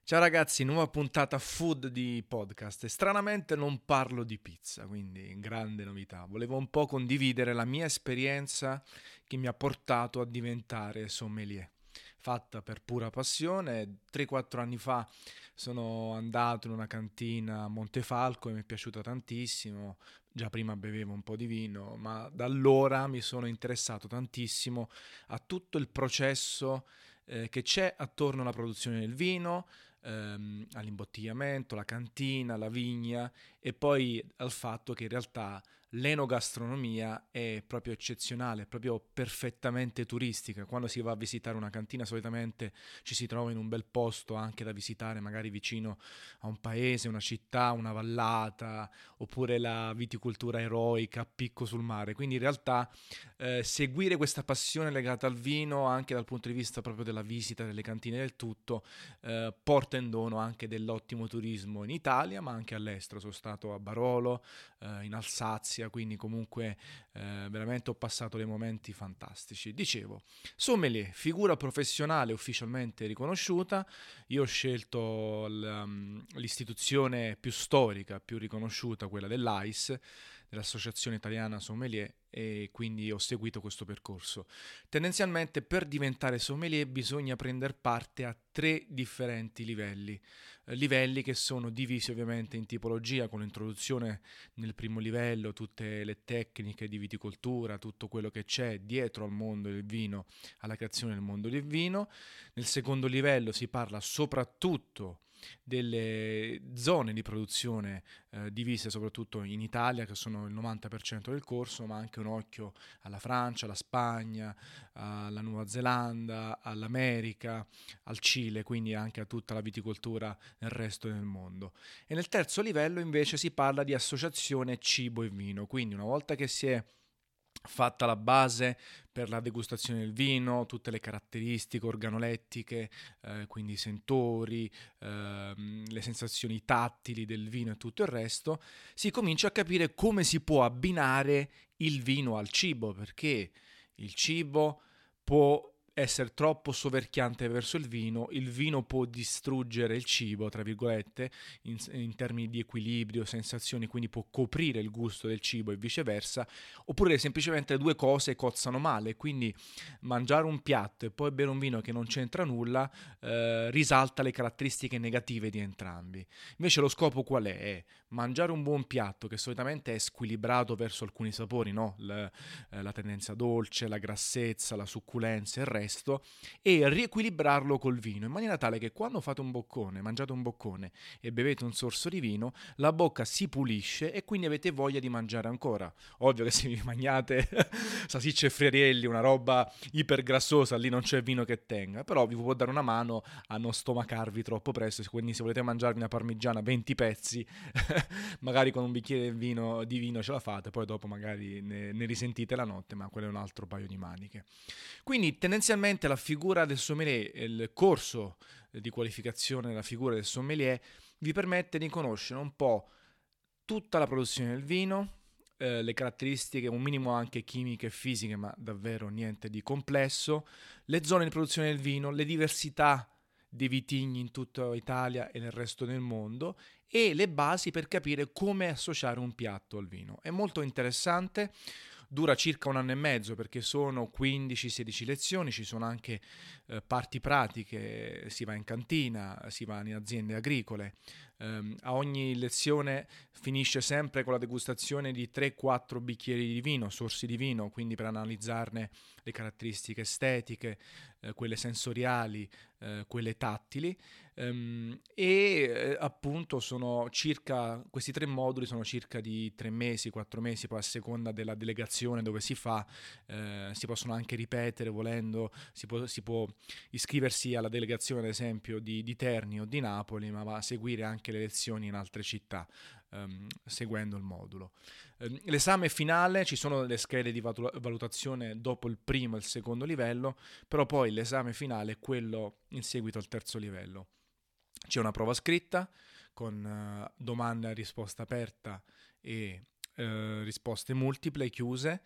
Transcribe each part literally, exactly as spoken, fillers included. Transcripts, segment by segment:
Ciao ragazzi, nuova puntata food di podcast e stranamente non parlo di pizza, quindi grande novità. Volevo un po' condividere la mia esperienza che mi ha portato a diventare sommelier. Fatta per pura passione, tre quattro anni fa sono andato in una cantina a Montefalco e mi è piaciuta tantissimo. Già prima bevevo un po' di vino, ma da allora mi sono interessato tantissimo a tutto il processo eh, che c'è attorno alla produzione del vino, ehm, all'imbottigliamento, la cantina, la vigna e poi al fatto che in realtà l'enogastronomia è proprio eccezionale, è proprio perfettamente turistica. Quando si va a visitare una cantina solitamente ci si trova in un bel posto anche da visitare, magari vicino a un paese, una città, una vallata, oppure la viticoltura eroica a picco sul mare. Quindi in realtà eh, seguire questa passione legata al vino anche dal punto di vista proprio della visita delle cantine del tutto eh, porta in dono anche dell'ottimo turismo in Italia ma anche all'estero. Sono stato a Barolo, eh, in Alsazia, quindi comunque eh, veramente ho passato dei momenti fantastici. Dicevo, sommelier, figura professionale ufficialmente riconosciuta. Io ho scelto l- l'istituzione più storica, più riconosciuta, quella dell'A I S, dell'Associazione Italiana Sommelier, e quindi ho seguito questo percorso. Tendenzialmente per diventare sommelier bisogna prendere parte a tre differenti livelli, eh, livelli che sono divisi ovviamente in tipologia, con l'introduzione nel primo livello, tutte le tecniche di viticoltura, tutto quello che c'è dietro al mondo del vino, alla creazione del mondo del vino. Nel secondo livello si parla soprattutto delle zone di produzione eh, divise soprattutto in Italia, che sono il novanta per cento del corso, ma anche un occhio alla Francia, alla Spagna, alla Nuova Zelanda, all'America, al Cile, quindi anche a tutta la viticoltura nel resto del mondo. E nel terzo livello invece si parla di associazione cibo e vino, quindi una volta che si è fatta la base per la degustazione del vino, tutte le caratteristiche organolettiche, eh, quindi i sentori, ehm, le sensazioni tattili del vino e tutto il resto, si comincia a capire come si può abbinare il vino al cibo, perché il cibo può essere troppo soverchiante verso il vino, il vino può distruggere il cibo, tra virgolette, in, in termini di equilibrio, sensazioni, quindi può coprire il gusto del cibo e viceversa, oppure semplicemente le due cose cozzano male, quindi mangiare un piatto e poi bere un vino che non c'entra nulla eh, risalta le caratteristiche negative di entrambi. Invece lo scopo qual è? È mangiare un buon piatto che solitamente è squilibrato verso alcuni sapori, no? La, eh, la tendenza dolce, la grassezza, la succulenza e il resto, e riequilibrarlo col vino in maniera tale che quando fate un boccone, mangiate un boccone e bevete un sorso di vino, la bocca si pulisce e quindi avete voglia di mangiare ancora. Ovvio che se vi mangiate salsicce e friarielli, una roba ipergrassosa, lì non c'è vino che tenga, però vi può dare una mano a non stomacarvi troppo presto, quindi se volete mangiarvi una parmigiana venti pezzi, magari con un bicchiere di vino, di vino ce la fate, poi dopo magari ne, ne risentite la notte, ma quello è un altro paio di maniche. Quindi tendenzialmente la figura del sommelier, il corso di qualificazione della figura del sommelier vi permette di conoscere un po' tutta la produzione del vino, eh, le caratteristiche, un minimo anche chimiche e fisiche, ma davvero niente di complesso, le zone di produzione del vino, le diversità dei vitigni in tutta Italia e nel resto del mondo e le basi per capire come associare un piatto al vino. È molto interessante. Dura circa un anno e mezzo perché sono quindici sedici lezioni, ci sono anche eh, parti pratiche, si va in cantina, si va in aziende agricole. Um, a ogni lezione finisce sempre con la degustazione di tre quattro bicchieri di vino, sorsi di vino, quindi per analizzarne le caratteristiche estetiche, eh, quelle sensoriali, eh, quelle tattili. Um, e eh, appunto sono circa, questi tre moduli sono circa di tre mesi, quattro mesi, poi a seconda della delegazione dove si fa, eh, si possono anche ripetere volendo, si può, si può iscriversi alla delegazione ad esempio di, di Terni o di Napoli, ma va a seguire anche le lezioni in altre città, ehm, seguendo il modulo. Ehm, l'esame finale, ci sono le schede di valutazione dopo il primo e il secondo livello, però poi l'esame finale è quello in seguito al terzo livello. C'è una prova scritta con uh, domanda e risposta aperta e uh, risposte multiple chiuse.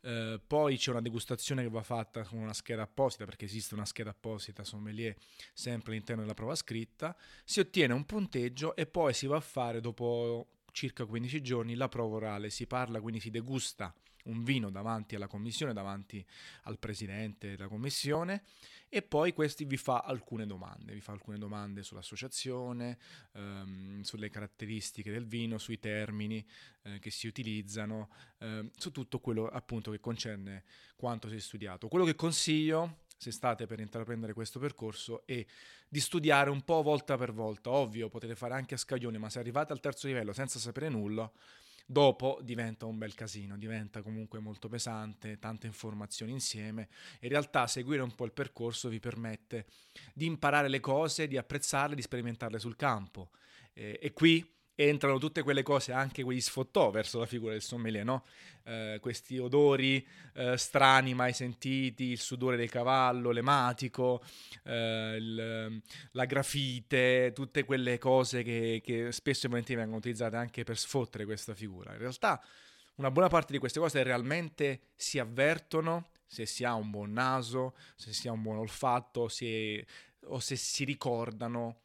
eh, poi c'è una degustazione che va fatta con una scheda apposita, perché esiste una scheda apposita sommelier sempre all'interno della prova scritta, si ottiene un punteggio e poi si va a fare dopo circa quindici giorni la prova orale, si parla, quindi si degusta un vino davanti alla commissione, davanti al presidente della commissione, e poi questi vi fa alcune domande, vi fa alcune domande sull'associazione, ehm, sulle caratteristiche del vino, sui termini eh, che si utilizzano, eh, su tutto quello appunto che concerne quanto si è studiato. Quello che consiglio, se state per intraprendere questo percorso, è di studiare un po' volta per volta. Ovvio, potete fare anche a scaglione, ma se arrivate al terzo livello senza sapere nulla, dopo diventa un bel casino, diventa comunque molto pesante, tante informazioni insieme. In realtà seguire un po' il percorso vi permette di imparare le cose, di apprezzarle, di sperimentarle sul campo. Eh, e qui entrano tutte quelle cose, anche quegli sfottò verso la figura del sommelier, no? Eh, questi odori eh, strani mai sentiti, il sudore del cavallo, l'ematico, eh, il, la grafite, tutte quelle cose che, che spesso e volentieri vengono utilizzate anche per sfottere questa figura. In realtà una buona parte di queste cose realmente si avvertono se si ha un buon naso, se si ha un buon olfatto, se, o se si ricordano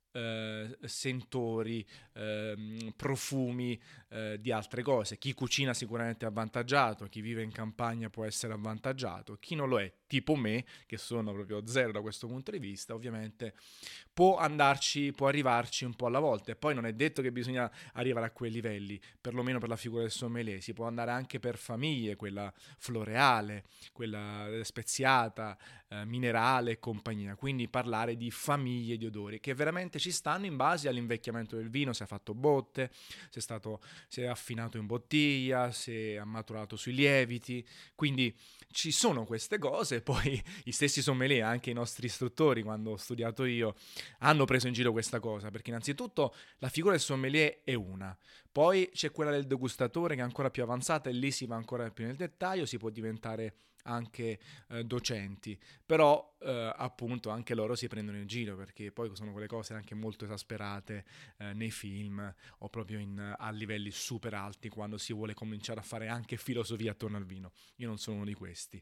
Uh, sentori, uh, profumi uh, di altre cose. Chi cucina sicuramente è avvantaggiato, chi vive in campagna può essere avvantaggiato, chi non lo è, tipo me, che sono proprio zero da questo punto di vista, ovviamente può andarci, può arrivarci un po' alla volta. E poi non è detto che bisogna arrivare a quei livelli, perlomeno per la figura del sommelier, si può andare anche per famiglie, quella floreale, quella speziata, eh, minerale e compagnia, quindi parlare di famiglie di odori che veramente ci stanno in base all'invecchiamento del vino, se ha fatto botte, se è stato se è affinato in bottiglia, se ha maturato sui lieviti, quindi ci sono queste cose. Poi i stessi sommelier, anche i nostri istruttori, quando ho studiato io, hanno preso in giro questa cosa, perché innanzitutto la figura del sommelier è una, poi c'è quella del degustatore che è ancora più avanzata e lì si va ancora più nel dettaglio, si può diventare anche eh, docenti, però eh, appunto anche loro si prendono in giro, perché poi sono quelle cose anche molto esasperate eh, nei film o proprio in, a livelli super alti, quando si vuole cominciare a fare anche filosofia attorno al vino. Io non sono uno di questi.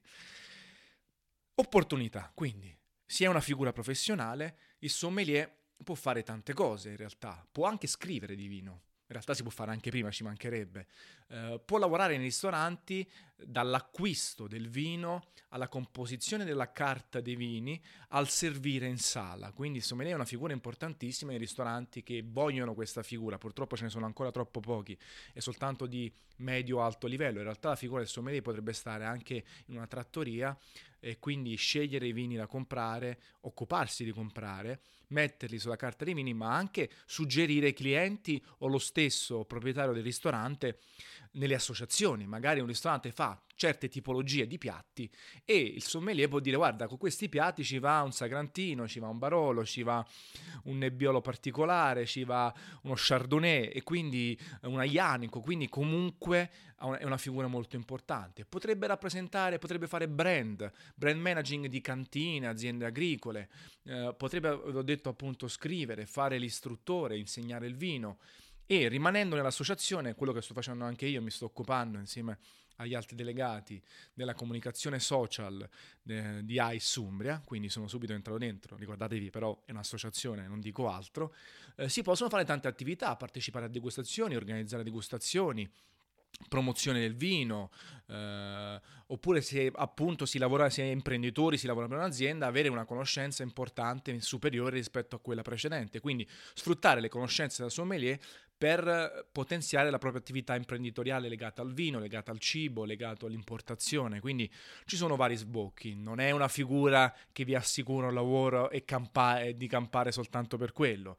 Opportunità, quindi se è una figura professionale, il sommelier può fare tante cose in realtà, può anche scrivere di vino. In realtà si può fare anche prima, ci mancherebbe. Uh, può lavorare nei ristoranti dall'acquisto del vino alla composizione della carta dei vini al servire in sala. Quindi il sommelier è una figura importantissima nei ristoranti che vogliono questa figura. Purtroppo ce ne sono ancora troppo pochi e soltanto di medio-alto livello. In realtà la figura del sommelier potrebbe stare anche in una trattoria e quindi scegliere i vini da comprare, occuparsi di comprare, metterli sulla carta dei vini, ma anche suggerire ai clienti o lo stesso proprietario del ristorante nelle associazioni. Magari un ristorante fa certe tipologie di piatti e il sommelier può dire: guarda, con questi piatti ci va un sagrantino, ci va un barolo, ci va un nebbiolo particolare, ci va uno chardonnay e quindi un aglianico, quindi comunque è una figura molto importante. Potrebbe rappresentare, potrebbe fare brand, brand managing di cantine, aziende agricole, eh, potrebbe, ho detto appunto, scrivere, fare l'istruttore, insegnare il vino. E rimanendo nell'associazione, quello che sto facendo anche io, mi sto occupando insieme agli altri delegati della comunicazione social eh, di A I S Umbria, quindi sono subito entrato dentro, ricordatevi però è un'associazione, non dico altro, eh, si possono fare tante attività, partecipare a degustazioni, organizzare degustazioni, promozione del vino, eh, oppure se appunto si lavora, se è imprenditori, si lavora per un'azienda, avere una conoscenza importante superiore rispetto a quella precedente, quindi sfruttare le conoscenze del sommelier per potenziare la propria attività imprenditoriale legata al vino, legata al cibo, legato all'importazione. Quindi ci sono vari sbocchi, non è una figura che vi assicura un lavoro e, campa- e di campare soltanto per quello.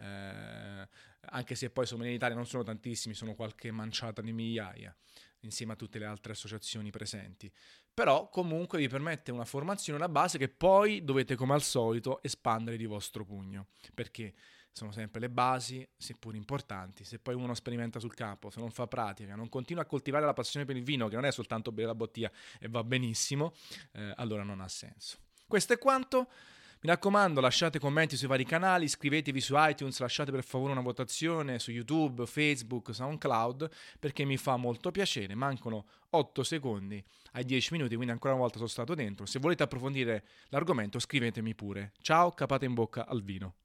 Eh, anche se poi sommelier in Italia non sono tantissimi, sono qualche manciata di migliaia insieme a tutte le altre associazioni presenti, però comunque vi permette una formazione, una base che poi dovete come al solito espandere di vostro pugno, perché sono sempre le basi, seppur importanti. Se poi uno sperimenta sul campo, se non fa pratica, non continua a coltivare la passione per il vino, che non è soltanto bere la bottiglia e va benissimo, eh, allora non ha senso. Questo è quanto. Mi raccomando, lasciate commenti sui vari canali, iscrivetevi su iTunes, lasciate per favore una votazione su YouTube, Facebook, SoundCloud, perché mi fa molto piacere. Mancano otto secondi ai dieci minuti, quindi ancora una volta sono stato dentro. Se volete approfondire l'argomento, scrivetemi pure. Ciao, capate in bocca al vino.